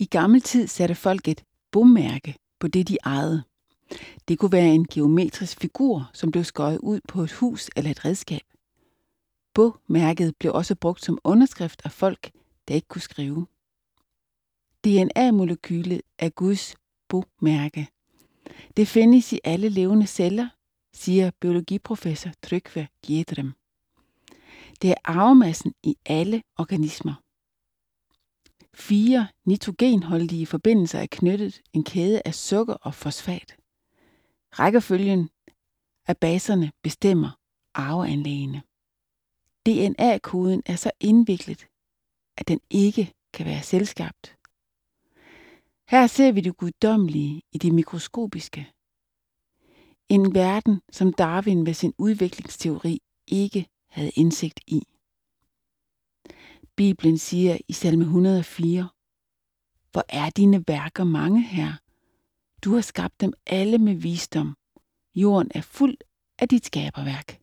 I gammel tid satte folk et bomærke på det, de ejede. Det kunne være en geometrisk figur, som blev skåret ud på et hus eller et redskab. Bomærket blev også brugt som underskrift af folk, der ikke kunne skrive. DNA-molekylet er Guds bomærke. Det findes i alle levende celler, siger biologiprofessor Tryggve Gjedrem. Det er arvemassen i alle organismer. 4 nitrogenholdige forbindelser er knyttet en kæde af sukker og fosfat. Rækkefølgen af baserne bestemmer arveanlægene. DNA-koden er så indviklet, at den ikke kan være selvskabt. Her ser vi det guddommelige i det mikroskopiske. En verden, som Darwin med sin udviklingsteori ikke havde indsigt i. Bibelen siger i salme 104, hvor er dine værker mange, Herre. Du har skabt dem alle med visdom. Jorden er fuld af dit skaberværk.